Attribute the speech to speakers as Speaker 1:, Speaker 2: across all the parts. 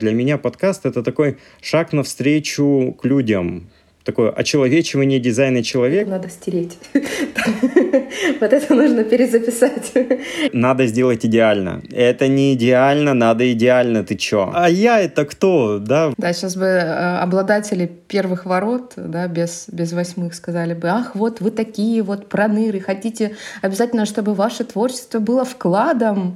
Speaker 1: Для меня подкаст — это такой шаг навстречу к людям. Такое очеловечивание дизайна человека.
Speaker 2: Надо стереть. Вот это нужно перезаписать.
Speaker 1: Надо сделать идеально. Это не идеально, надо идеально. Ты чё? А я это кто, да?
Speaker 2: Да, сейчас бы обладатели первых ворот, да, без восьмых сказали бы: ах, вот вы такие вот проныры, хотите обязательно, чтобы ваше творчество было вкладом.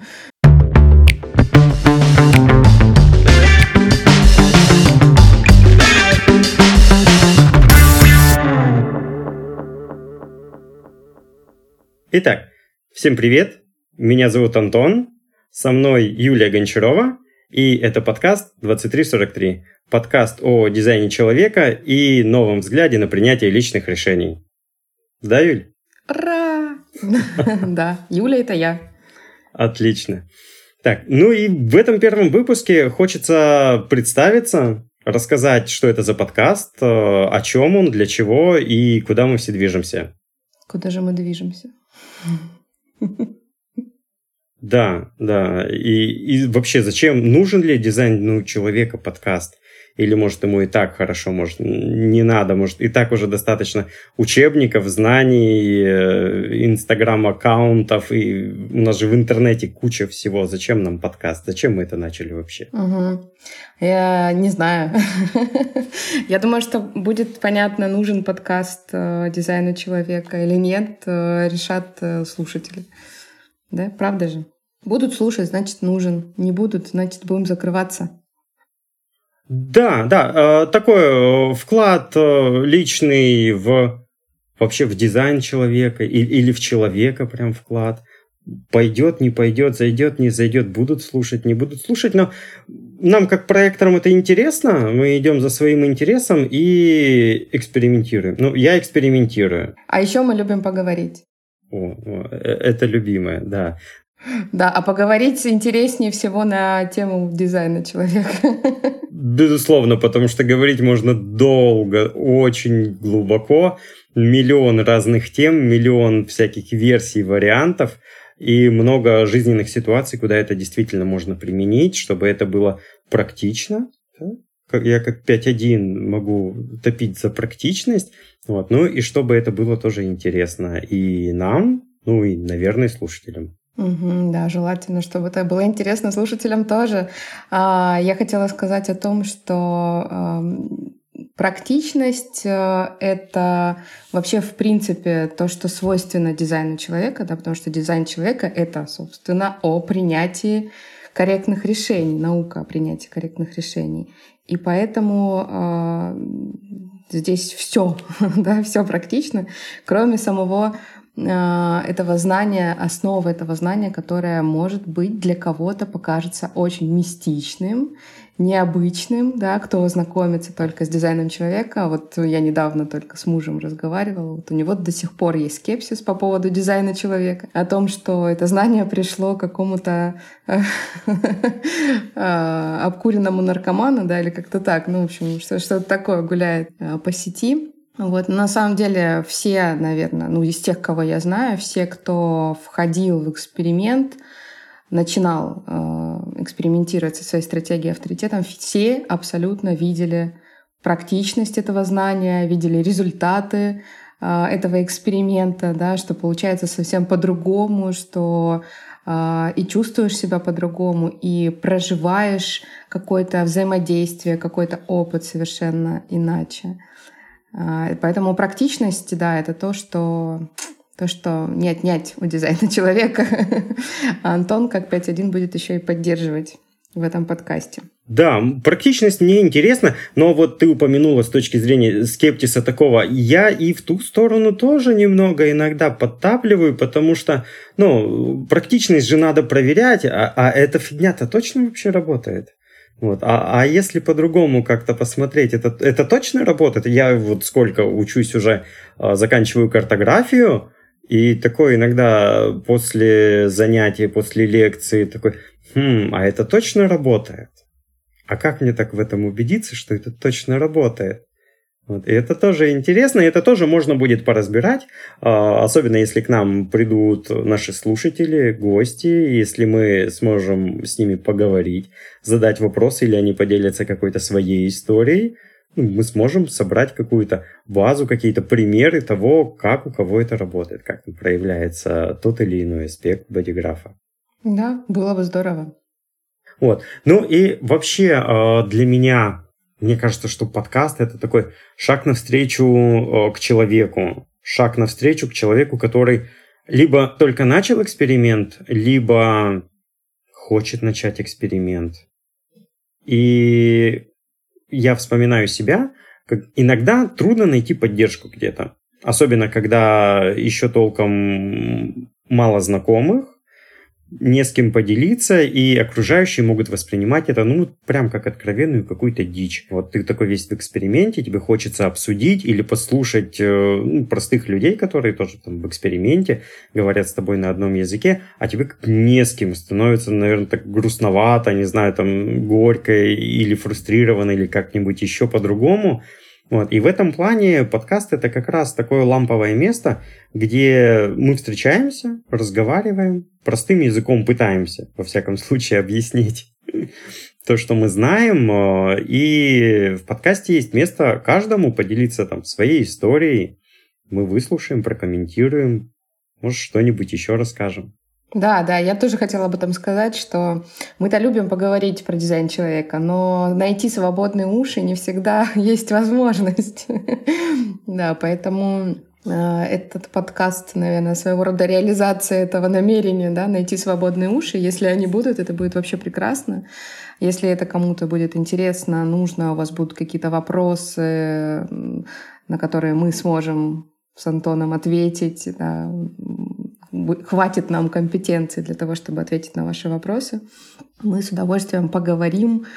Speaker 1: Итак, всем привет. Меня зовут Антон. Со мной Юлия Гончарова. И это подкаст 2343. Подкаст о дизайне человека и новом взгляде на принятие личных решений. Да, Юль?
Speaker 2: Ура! Да, Юля — это я.
Speaker 1: Отлично. Так, ну и в этом первом выпуске хочется представиться, рассказать, что это за подкаст, о чем он, для чего и куда мы все движемся.
Speaker 2: Куда же мы движемся?
Speaker 1: Да. И вообще, зачем, нужен ли дизайну человека подкаст? Или, может, ему и так хорошо, может, не надо, может, и так уже достаточно учебников, знаний, инстаграм-аккаунтов, и у нас же в интернете куча всего. Зачем нам подкаст? Зачем мы это начали вообще?
Speaker 2: Я не знаю. Я думаю, что будет понятно, нужен подкаст дизайну человека или нет, решат слушатели. Да, правда же? Будут слушать, значит, нужен. Не будут, значит, будем закрываться.
Speaker 1: Да, такой вклад личный вообще в дизайн человека или в человека прям вклад. Пойдет, не пойдет, зайдет, не зайдет, будут слушать, не будут слушать, но нам как проекторам это интересно, мы идем за своим интересом и экспериментируем. Ну, я экспериментирую.
Speaker 2: А еще мы любим поговорить.
Speaker 1: Это любимое, да.
Speaker 2: Да, а поговорить интереснее всего на тему дизайна человека.
Speaker 1: Безусловно, потому что говорить можно долго, очень глубоко, миллион разных тем, миллион всяких версий, вариантов и много жизненных ситуаций, куда это действительно можно применить, чтобы это было практично. Я как 5.1 могу топить за практичность, ну и чтобы это было тоже интересно и нам, ну и, наверное, слушателям.
Speaker 2: Да, желательно, чтобы это было интересно слушателям тоже. Я хотела сказать о том, что практичность — это вообще, в принципе, то, что свойственно дизайну человека, да, потому что дизайн человека — это, собственно, о принятии корректных решений, наука о принятии корректных решений. И поэтому здесь все, да, все практично, кроме самого этого знания, основы этого знания, которое, может быть, для кого-то покажется очень мистичным, необычным, да, кто знакомится только с дизайном человека. Вот я недавно только с мужем разговаривала, вот у него до сих пор есть скепсис по поводу дизайна человека, о том, что это знание пришло к какому-то обкуренному наркоману, да, или как-то так, ну, в общем, что-то такое гуляет по сети. Вот, на самом деле все, наверное, из тех, кого я знаю, все, кто входил в эксперимент, начинал экспериментировать со своей стратегией авторитетом, все абсолютно видели практичность этого знания, видели результаты этого эксперимента, да, что получается совсем по-другому, что и чувствуешь себя по-другому, и проживаешь какое-то взаимодействие, какой-то опыт совершенно иначе. Поэтому практичность, да, это то, что не отнять у дизайна человека. А Антон, как 5.1, будет еще и поддерживать в этом подкасте.
Speaker 1: Да, практичность мне интересна, но вот ты упомянула с точки зрения скептиса такого, я и в ту сторону тоже немного иногда подтапливаю, потому что, практичность же надо проверять, а эта фигня-то точно вообще работает? Вот. А если по-другому как-то посмотреть, это точно работает? Я вот сколько учусь уже, заканчиваю картографию, и такой иногда после занятий, после лекции такой, а это точно работает? А как мне так в этом убедиться, что это точно работает? Вот. И это тоже интересно, и это тоже можно будет поразбирать, особенно если к нам придут наши слушатели, гости, если мы сможем с ними поговорить, задать вопросы, или они поделятся какой-то своей историей, мы сможем собрать какую-то базу, какие-то примеры того, как у кого это работает, как проявляется тот или иной аспект бодиграфа.
Speaker 2: Да, было бы здорово.
Speaker 1: Вот. Ну и вообще для меня, мне кажется, что подкаст — это такой шаг навстречу к человеку. Шаг навстречу к человеку, который либо только начал эксперимент, либо хочет начать эксперимент. И я вспоминаю себя, как иногда трудно найти поддержку где-то. Особенно, когда еще толком мало знакомых, не с кем поделиться, и окружающие могут воспринимать это, прям как откровенную какую-то дичь. Вот ты такой весь в эксперименте, тебе хочется обсудить или послушать простых людей, которые тоже там в эксперименте говорят с тобой на одном языке, а тебе как не с кем, становится, наверное, так грустновато, не знаю, там горько или фрустрированно, или как-нибудь еще по-другому. Вот. И в этом плане подкаст — это как раз такое ламповое место, где мы встречаемся, разговариваем, простым языком пытаемся, во всяком случае, объяснить то, что мы знаем. И в подкасте есть место каждому поделиться там своей историей. Мы выслушаем, прокомментируем, может, что-нибудь еще расскажем.
Speaker 2: Да, я тоже хотела об этом сказать, что мы-то любим поговорить про дизайн человека, но найти свободные уши не всегда есть возможность. Да, поэтому этот подкаст, наверное, своего рода реализация этого намерения, да, найти свободные уши. Если они будут, это будет вообще прекрасно. Если это кому-то будет интересно, нужно, у вас будут какие-то вопросы, на которые мы сможем с Антоном ответить, да, хватит нам компетенции для того, чтобы ответить на ваши вопросы. Мы с удовольствием поговорим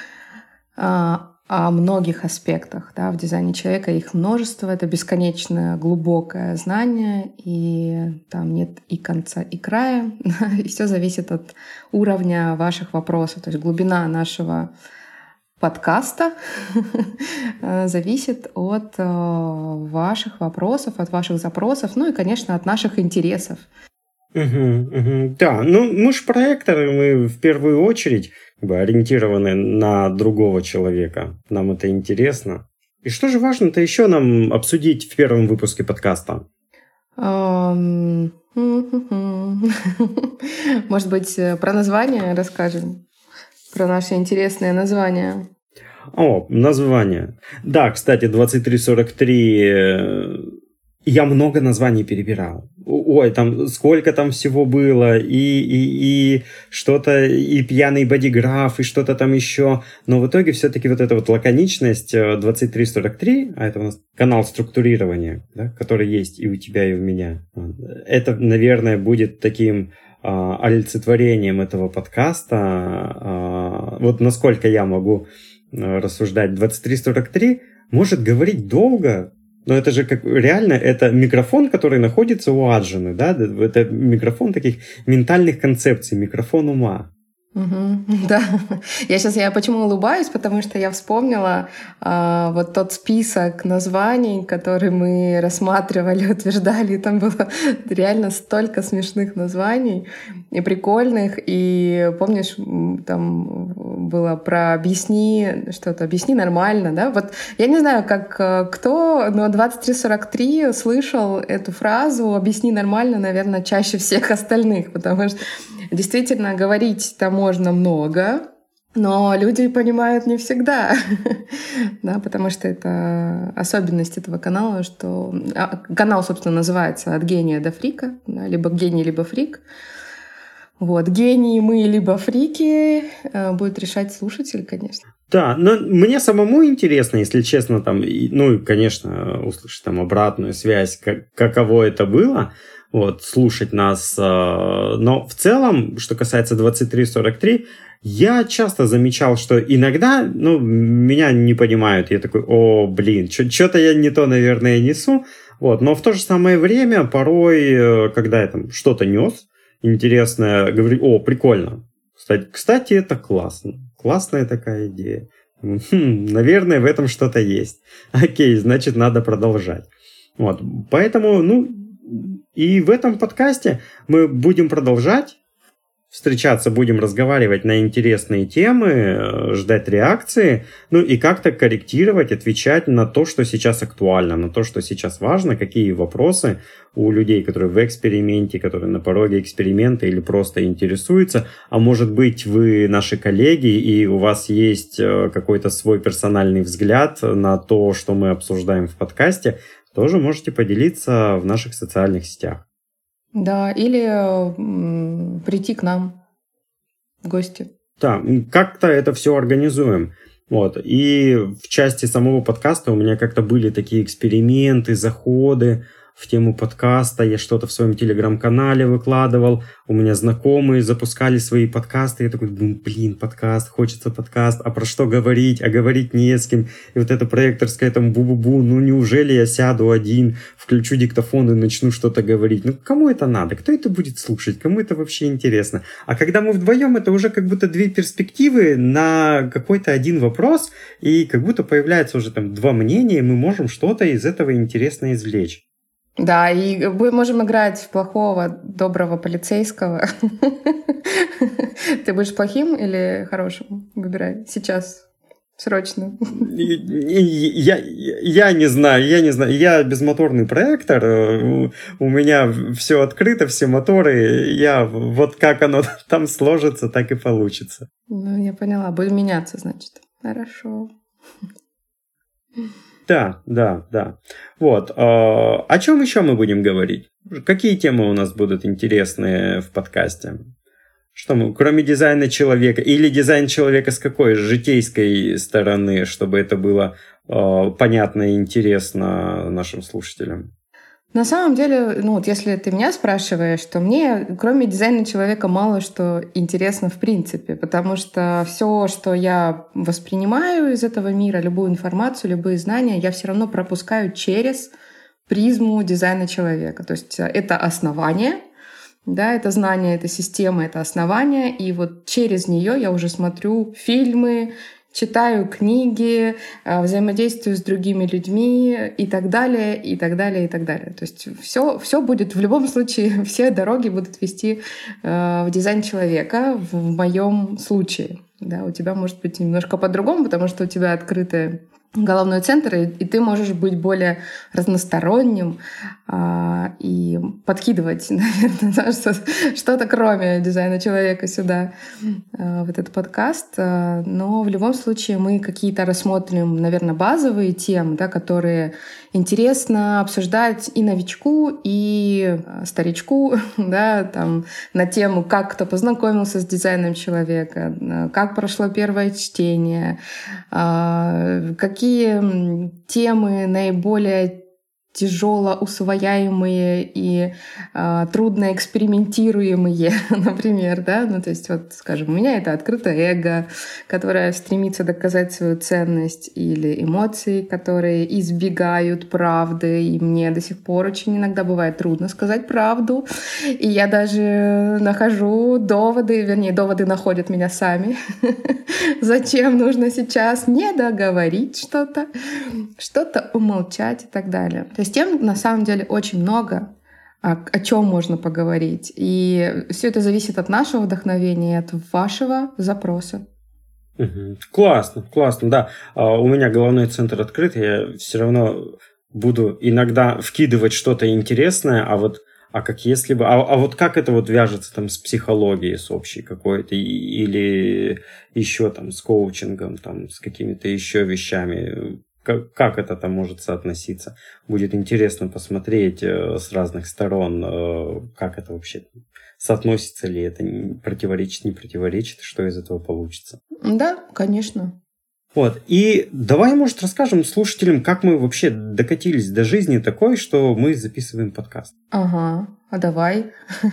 Speaker 2: о многих аспектах, да, в дизайне человека. Их множество, это бесконечное глубокое знание, и там нет и конца, и края. И все зависит от уровня ваших вопросов. То есть глубина нашего подкаста зависит от ваших вопросов, от ваших запросов, и, конечно, от наших интересов.
Speaker 1: Да, мы же проекторы, мы в первую очередь ориентированы на другого человека. Нам это интересно. И что же важно-то еще нам обсудить в первом выпуске подкаста?
Speaker 2: Может быть, про название расскажем? Про наши интересные названия.
Speaker 1: Название. Да, кстати, 2343... Я много названий перебирал. Ой, там сколько там всего было, и что-то, и пьяный бодиграф, и что-то там еще. Но в итоге все-таки вот эта вот лаконичность 2343, а это у нас канал структурирования, да, который есть и у тебя, и у меня. Это, наверное, будет таким олицетворением этого подкаста. Вот насколько я могу рассуждать. 2343 может говорить долго. Но это же как реально, это микрофон, который находится у Аджины, да? Это микрофон таких ментальных концепций, микрофон ума.
Speaker 2: Да. Я почему улыбаюсь? Потому что я вспомнила вот тот список названий, который мы рассматривали, утверждали. И там было реально столько смешных названий и прикольных. И помнишь, там было про объясни нормально, да? Вот я не знаю, как кто, но 2343 слышал эту фразу «объясни нормально», наверное, чаще всех остальных, потому что действительно говорить там можно много, но люди понимают не всегда, да, потому что это особенность этого канала, что канал, собственно, называется «От гения до фрика», да, либо гений, либо фрик. Вот, гении мы, либо фрики, будет решать слушатель, конечно.
Speaker 1: Да, но мне самому интересно, если честно, там, и, конечно, услышать там обратную связь, каково это было, вот, слушать нас. Но в целом, что касается 2343, я часто замечал, что иногда, меня не понимают. Я такой, что-то я не то, наверное, несу. Вот, но в то же самое время, порой, когда я там что-то нес интересное, говорю, прикольно. Кстати, это классно. Классная такая идея. Наверное, в этом что-то есть. Окей, значит, надо продолжать. Вот, поэтому, и в этом подкасте мы будем продолжать встречаться, будем разговаривать на интересные темы, ждать реакции, и как-то корректировать, отвечать на то, что сейчас актуально, на то, что сейчас важно, какие вопросы у людей, которые в эксперименте, которые на пороге эксперимента или просто интересуются. А может быть, вы наши коллеги, и у вас есть какой-то свой персональный взгляд на то, что мы обсуждаем в подкасте, тоже можете поделиться в наших социальных сетях.
Speaker 2: Да, или прийти к нам в гости.
Speaker 1: Да, как-то это все организуем. Вот. И в части самого подкаста у меня как-то были такие эксперименты, заходы в тему подкаста. Я что-то в своем телеграм-канале выкладывал. У меня знакомые запускали свои подкасты. Я такой, подкаст, хочется подкаст. А про что говорить? А говорить не с кем. И вот это проекторское там бу-бу-бу. Неужели я сяду один, включу диктофон и начну что-то говорить? Кому это надо? Кто это будет слушать? Кому это вообще интересно? А когда мы вдвоем, это уже как будто две перспективы на какой-то один вопрос. И как будто появляется уже там два мнения, и мы можем что-то из этого интересно извлечь.
Speaker 2: Да, и мы можем играть в плохого, доброго полицейского. Ты будешь плохим или хорошим? Выбирай сейчас, срочно.
Speaker 1: Я не знаю. Я безмоторный проектор, у меня все открыто, все моторы. Вот как оно там сложится, так и получится.
Speaker 2: Я поняла. Будем меняться, значит. Хорошо.
Speaker 1: Да. Вот. О чем еще мы будем говорить? Какие темы у нас будут интересные в подкасте? Что мы, кроме дизайна человека, или дизайн человека с какой? С житейской стороны, чтобы это было понятно и интересно нашим слушателям?
Speaker 2: На самом деле, если ты меня спрашиваешь, то мне, кроме дизайна человека, мало что интересно в принципе, потому что все, что я воспринимаю из этого мира, любую информацию, любые знания, я все равно пропускаю через призму дизайна человека. То есть это основание, да, это знание, это система, это основание, и вот через нее я уже смотрю фильмы, читаю книги, взаимодействую с другими людьми и так далее, и так далее, и так далее. То есть все будет, в любом случае, все дороги будут вести в дизайн человека, в моем случае. Да, у тебя может быть немножко по-другому, потому что у тебя открытый головной центр, и ты можешь быть более разносторонним и подкидывать, наверное, что-то кроме дизайна человека сюда, в этот подкаст. Но в любом случае мы какие-то рассмотрим, наверное, базовые темы, да, которые интересно обсуждать и новичку, и старичку, да, там, на тему, как кто познакомился с дизайном человека, как прошло первое чтение, какие темы наиболее тяжело усвояемые и трудно экспериментируемые, например, да, то есть вот, скажем, у меня это открытое эго, которое стремится доказать свою ценность, или эмоции, которые избегают правды, и мне до сих пор очень иногда бывает трудно сказать правду, и я даже нахожу доводы, вернее, доводы находят меня сами, зачем нужно сейчас не договорить что-то умолчать и так далее. То есть тем на самом деле очень много, о чем можно поговорить. И все это зависит от нашего вдохновения, от вашего запроса.
Speaker 1: Классно, да. У меня головной центр открыт, я все равно буду иногда вкидывать что-то интересное, как если бы... вот как это вот вяжется там с психологией, с общей какой-то, или еще там с коучингом, там с какими-то еще вещами... Как это там может соотноситься? Будет интересно посмотреть с разных сторон, как это вообще соотносится ли это, противоречит, не противоречит, что из этого получится.
Speaker 2: Да, конечно.
Speaker 1: Вот. И давай, может, расскажем слушателям, как мы вообще докатились до жизни такой, что мы записываем подкаст.
Speaker 2: Ага, а давай.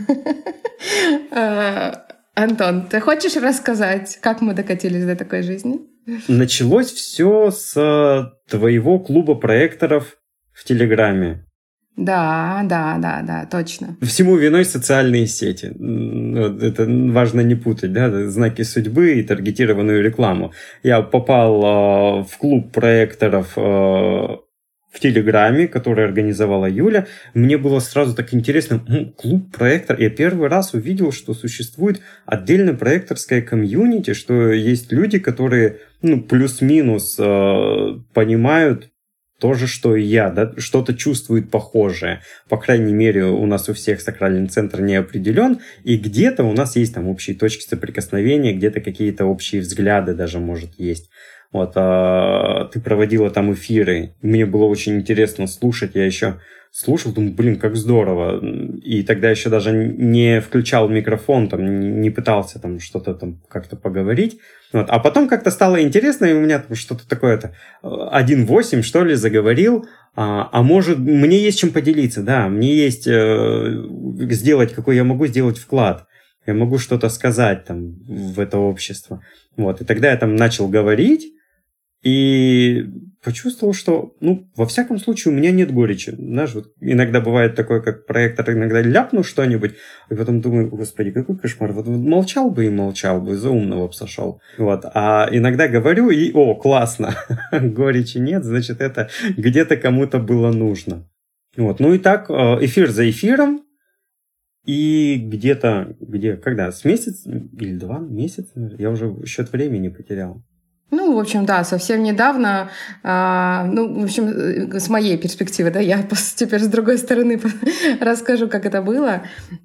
Speaker 2: Антон, ты хочешь рассказать, как мы докатились до такой жизни?
Speaker 1: Началось все с твоего клуба проекторов в Телеграме.
Speaker 2: Да, точно.
Speaker 1: Всему виной социальные сети. Это важно не путать, да, знаки судьбы и таргетированную рекламу. Я попал в клуб проекторов в Телеграме, который организовала Юля. Мне было сразу так интересно, клуб проектор. Я первый раз увидел, что существует отдельно проекторское комьюнити, что есть люди, которые плюс-минус понимают то же, что и я, да, что-то чувствует похожее. По крайней мере, у нас у всех сакральный центр не определен, и где-то у нас есть там общие точки соприкосновения, где-то какие-то общие взгляды даже, может, есть. Вот, ты проводила там эфиры, мне было очень интересно слушать, я еще слушал, думаю, как здорово. И тогда еще даже не включал микрофон, там, не пытался там что-то там как-то поговорить. Вот. А потом как-то стало интересно, и у меня там что-то такое-то 1.8, что ли, заговорил. А может, мне есть чем поделиться, да, мне есть сделать, какой я могу сделать вклад. Я могу что-то сказать там в это общество. Вот. И тогда я там начал говорить, и почувствовал, что, во всяком случае, у меня нет горечи. Знаешь, вот иногда бывает такое, как проектор, иногда ляпну что-нибудь, и потом думаю, господи, какой кошмар. Вот молчал бы, за умного бы сошел. Вот. А иногда говорю, и, классно, горечи нет, значит, это где-то кому-то было нужно. Вот. Ну и так, эфир за эфиром, и когда? С месяц или 2 месяца? Я уже счет времени потерял.
Speaker 2: В общем, да, совсем недавно, в общем, с моей перспективы, да, я теперь с другой стороны расскажу, как это было.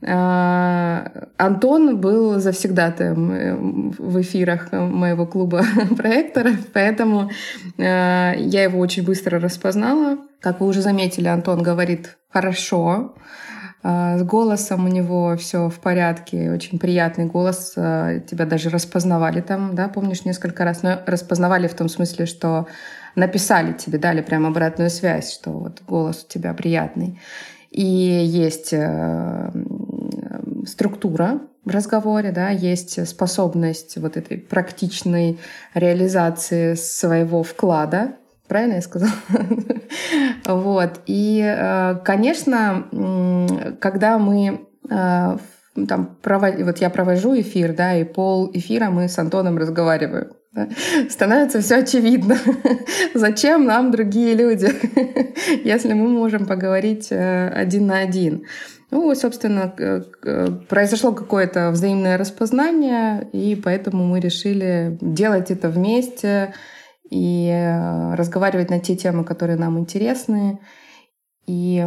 Speaker 2: Антон был завсегдатаем в эфирах моего клуба проекторов, поэтому я его очень быстро распознала. Как вы уже заметили, Антон говорит хорошо. С голосом у него все в порядке, очень приятный голос. Тебя даже распознавали там, да, помнишь, несколько раз. Но распознавали в том смысле, что написали тебе, дали прям обратную связь, что вот голос у тебя приятный. И есть структура в разговоре, да, есть способность вот этой практичной реализации своего вклада. Правильно я сказала? Вот. И, конечно, когда мы там вот я провожу эфир, да, и пол эфира мы с Антоном разговариваем, да, становится все очевидно. Зачем нам другие люди, если мы можем поговорить один на один? Собственно, произошло какое-то взаимное распознание, и поэтому мы решили делать это вместе и разговаривать на те темы, которые нам интересны. И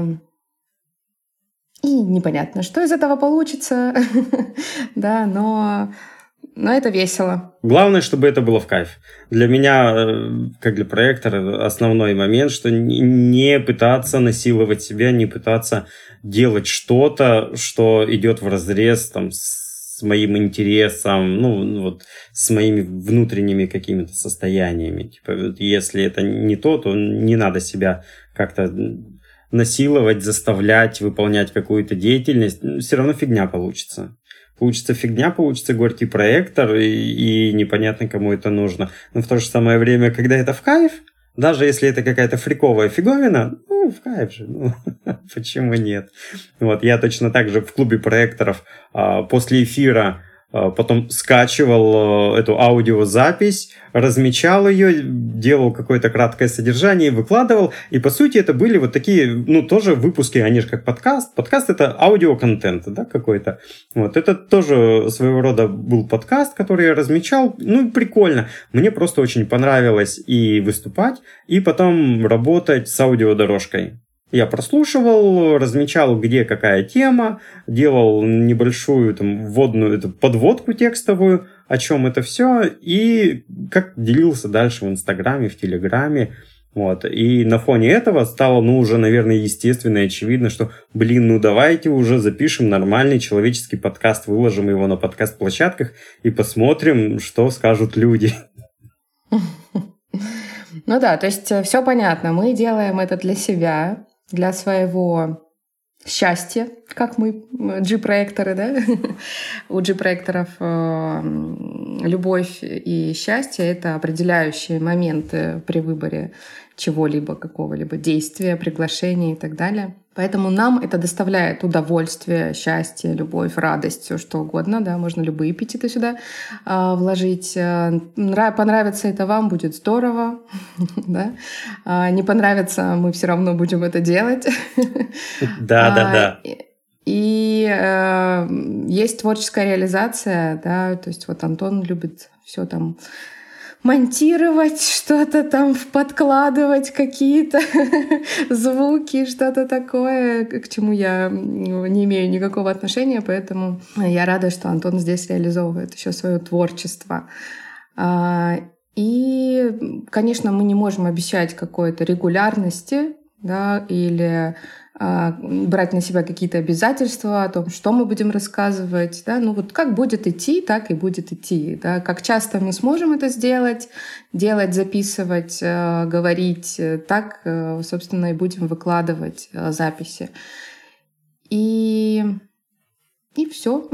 Speaker 2: непонятно, что из этого получится, да, но это весело.
Speaker 1: Главное, чтобы это было в кайф. Для меня, как для проектора, основной момент, что не пытаться насиловать себя, не пытаться делать что-то, что идет вразрез там, с моим интересом, с моими внутренними какими-то состояниями. Типа, если это не то не надо себя как-то насиловать, заставлять выполнять какую-то деятельность. Все равно фигня получится. Получится горький проектор, и непонятно, кому это нужно. Но в то же самое время, когда это в кайф, даже если это какая-то фриковая фиговина, в кайф же, почему нет? Вот, я точно так же в клубе проекторов после эфира потом скачивал эту аудиозапись, размечал ее, делал какое-то краткое содержание, выкладывал. И, по сути, это были вот такие, тоже выпуски, они же как подкаст. Подкаст — это аудиоконтент, да, какой-то. Вот, это тоже своего рода был подкаст, который я размечал. Прикольно. Мне просто очень понравилось и выступать, и потом работать с аудиодорожкой. Я прослушивал, размечал, где какая тема, делал небольшую вводную подводку текстовую, о чем это все, и как делился дальше в Инстаграме, в Телеграме. Вот. И на фоне этого стало, уже, наверное, естественно и очевидно, что, давайте уже запишем нормальный человеческий подкаст, выложим его на подкаст-площадках и посмотрим, что скажут люди.
Speaker 2: То есть все понятно. Мы делаем это для себя, для своего счастья, как мы, G-проекторы, да? У G-проекторов любовь и счастье — это определяющие моменты при выборе чего-либо, какого-либо действия, приглашения и так далее. Поэтому нам это доставляет удовольствие, счастье, любовь, радость, все что угодно. Да, можно любые эпитеты сюда вложить. Понравится это вам, будет здорово. Да? Не понравится, мы все равно будем это делать.
Speaker 1: Да.
Speaker 2: И есть творческая реализация, да, то есть вот Антон любит все там монтировать, что-то там подкладывать, какие-то звуки, что-то такое, к чему я не имею никакого отношения, поэтому я рада, что Антон здесь реализовывает еще свое творчество. И, конечно, мы не можем обещать какой-то регулярности, да, или брать на себя какие-то обязательства о том, что мы будем рассказывать. Да? Ну вот как будет идти, так и будет идти. Да? Как часто мы сможем это сделать, записывать, говорить, так, собственно, и будем выкладывать записи. И все.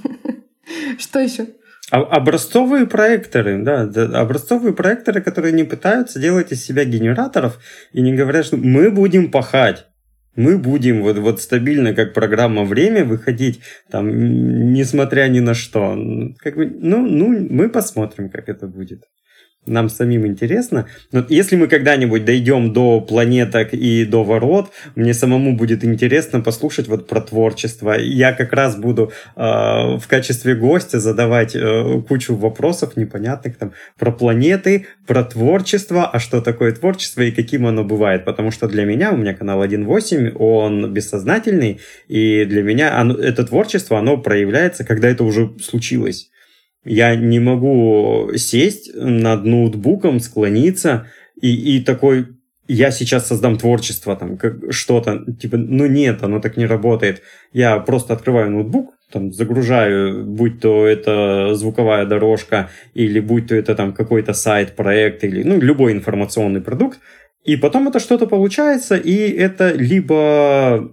Speaker 2: Что еще?
Speaker 1: Образцовые проекторы, да, образцовые проекторы, которые не пытаются делать из себя генераторов и не говорят, что мы будем пахать. Мы будем вот стабильно, как программа «Время», выходить, там, несмотря ни на что. Как бы, мы посмотрим, как это будет. Нам самим интересно. Но если мы когда-нибудь дойдем до планеток и до ворот, мне самому будет интересно послушать вот про творчество. Я как раз буду в качестве гостя задавать кучу вопросов непонятных там про планеты, про творчество, а что такое творчество и каким оно бывает. Потому что для меня, у меня канал 1.8, он бессознательный, и для меня это творчество, оно проявляется, когда это уже случилось. Я не могу сесть над ноутбуком, склониться и такой, я сейчас создам творчество, там, что-то, типа, нет, оно так не работает. Я просто открываю ноутбук, там, загружаю, будь то это звуковая дорожка, или будь то это там какой-то сайт, проект, или, любой информационный продукт, и потом это что-то получается, и это либо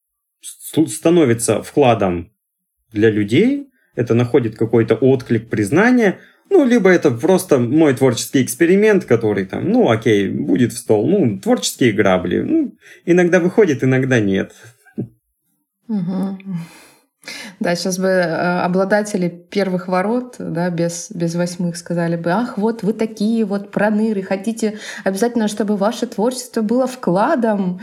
Speaker 1: становится вкладом для людей, это находит какой-то отклик, признание, либо это просто мой творческий эксперимент, который там, окей, будет в стол, творческие грабли. Иногда выходит, иногда нет.
Speaker 2: Угу. Да, сейчас бы обладатели первых ворот, да, без восьмых сказали бы: ах, вот вы такие вот проныры, хотите обязательно, чтобы ваше творчество было вкладом.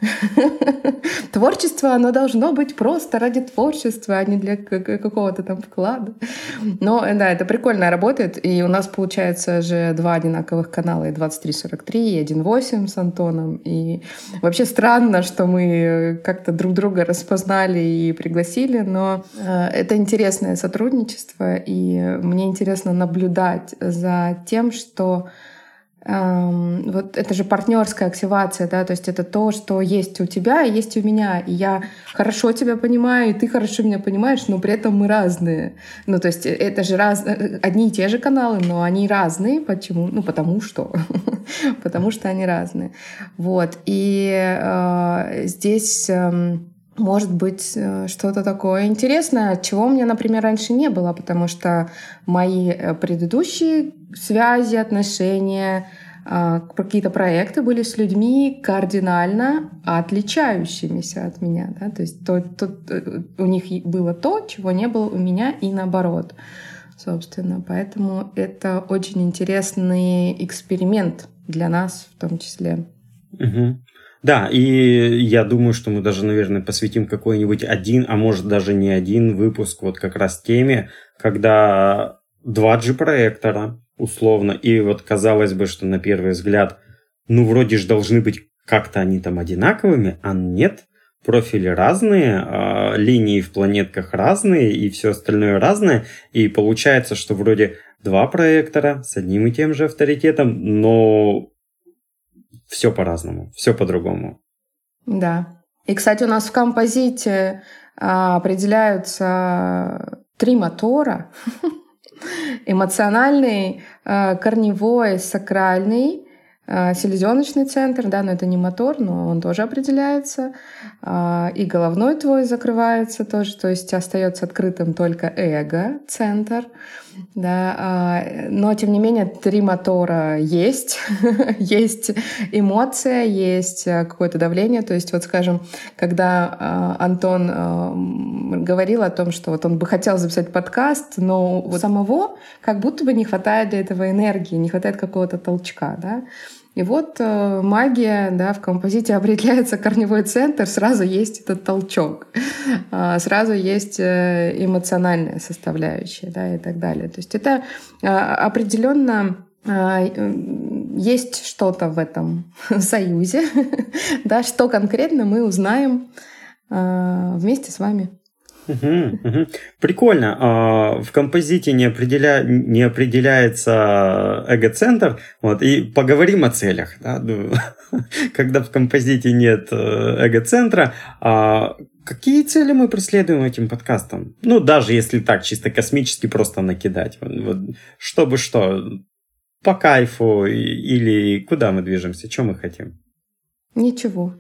Speaker 2: Творчество, оно должно быть просто ради творчества, а не для какого-то там вклада. Но да, это прикольно работает, и у нас получается же 2 одинаковых канала, и 2343, и 1.8 с Антоном, и вообще странно, что мы как-то друг друга распознали и пригласили, но это интересное сотрудничество, и мне интересно наблюдать за тем, что вот это же партнерская активация, да, то есть это то, что есть у тебя, есть у меня, и я хорошо тебя понимаю, и ты хорошо меня понимаешь, но при этом мы разные. То есть это же одни и те же каналы, но они разные. Почему? Потому что. Потому что они разные. Вот. И здесь может быть что-то такое интересное, чего у меня, например, раньше не было, потому что мои предыдущие связи, отношения, какие-то проекты были с людьми кардинально отличающимися от меня. Да? То есть у них было то, чего не было у меня, и наоборот, собственно. Поэтому это очень интересный эксперимент для нас в том числе.
Speaker 1: Угу. Да, и я думаю, что мы даже, наверное, посвятим какой-нибудь один, а может даже не один выпуск вот как раз теме, когда 2 G-проектора, условно, и вот казалось бы, что на первый взгляд, вроде же должны быть как-то они там одинаковыми, а нет, профили разные, линии в планетках разные, и все остальное разное, и получается, что вроде 2 проектора с одним и тем же авторитетом, но все по-разному, все по-другому.
Speaker 2: Да. И, кстати, у нас в композите определяются 3 мотора. Эмоциональный, корневой, сакральный, селезеночный центр, да, но это не мотор, но он тоже определяется. И головной твой закрывается тоже, то есть остается открытым только эго-центр. Да, но, тем не менее, 3 мотора есть. Есть эмоция, есть какое-то давление. То есть, вот, скажем, когда Антон говорил о том, что вот он бы хотел записать подкаст, но у самого как будто бы не хватает для этого энергии, не хватает какого-то толчка, да. И вот магия, да, в композите определяется корневой центр, сразу есть этот толчок, сразу есть эмоциональная составляющая, да, и так далее. То есть это определенно есть что-то в этом союзе, да, что конкретно мы узнаем вместе с вами.
Speaker 1: Прикольно. В композите не определяется эго-центр. Вот, и поговорим о целях. Да? Когда в композите нет эго-центра, какие цели мы преследуем этим подкастом? Ну, даже если так, чисто космически просто накидать. Вот, чтобы что? По кайфу или куда мы движемся? Что мы хотим?
Speaker 2: Ничего.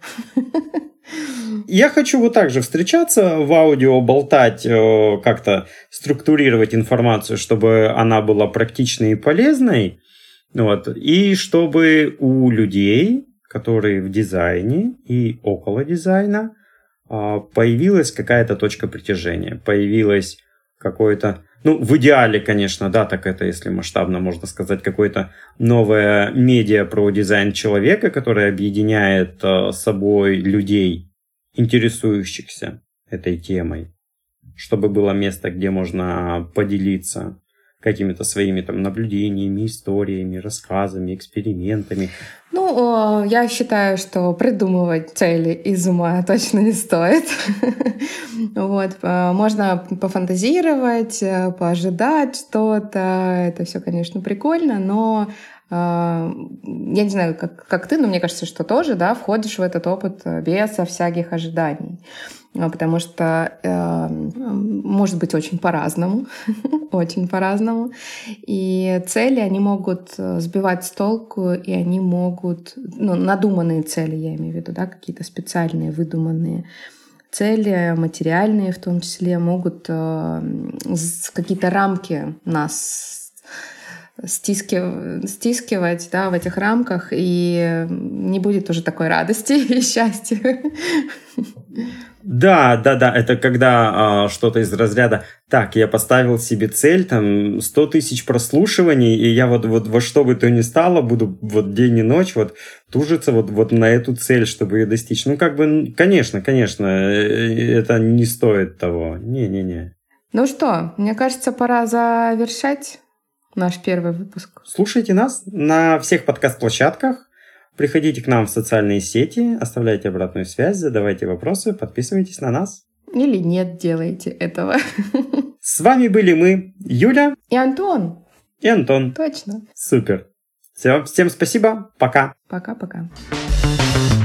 Speaker 1: Я хочу вот так же встречаться в аудио, болтать, как-то структурировать информацию, чтобы она была практичной и полезной. Вот, и чтобы у людей, которые в дизайне и около дизайна, появилась какая-то точка притяжения, появилось какое-то, ну, в идеале, конечно, да, так это, если масштабно можно сказать, какое-то новое медиа про дизайн человека, которое объединяет с собой людей, интересующихся этой темой, чтобы было место, где можно поделиться какими-то своими там наблюдениями, историями, рассказами, экспериментами.
Speaker 2: Ну, я считаю, что придумывать цели из ума точно не стоит. Вот. Можно пофантазировать, поожидать что-то. Это все, конечно, прикольно, но я не знаю, как ты, но мне кажется, что тоже, да, входишь в этот опыт без всяких ожиданий. Потому что может быть очень по-разному, очень по-разному. И цели, они могут сбивать с толку, и они могут, ну, надуманные цели, я имею в виду, да, какие-то специальные, выдуманные цели, материальные в том числе, могут какие-то рамки нас стискивать, да, в этих рамках, и не будет уже такой радости и счастья.
Speaker 1: Да, это когда что-то из разряда, так, я поставил себе цель, там, 100 тысяч прослушиваний, и я вот во что бы то ни стало, буду вот день и ночь вот тужиться вот на эту цель, чтобы ее достичь. Ну, как бы, конечно, это не стоит того. Не.
Speaker 2: Ну что, мне кажется, пора завершать наш первый выпуск.
Speaker 1: Слушайте нас на всех подкаст-площадках. Приходите к нам в социальные сети, оставляйте обратную связь, задавайте вопросы, подписывайтесь на нас.
Speaker 2: Или нет, делайте этого.
Speaker 1: С вами были мы, Юля.
Speaker 2: И Антон.
Speaker 1: Точно. Супер. Всем спасибо. Пока.
Speaker 2: Пока-пока.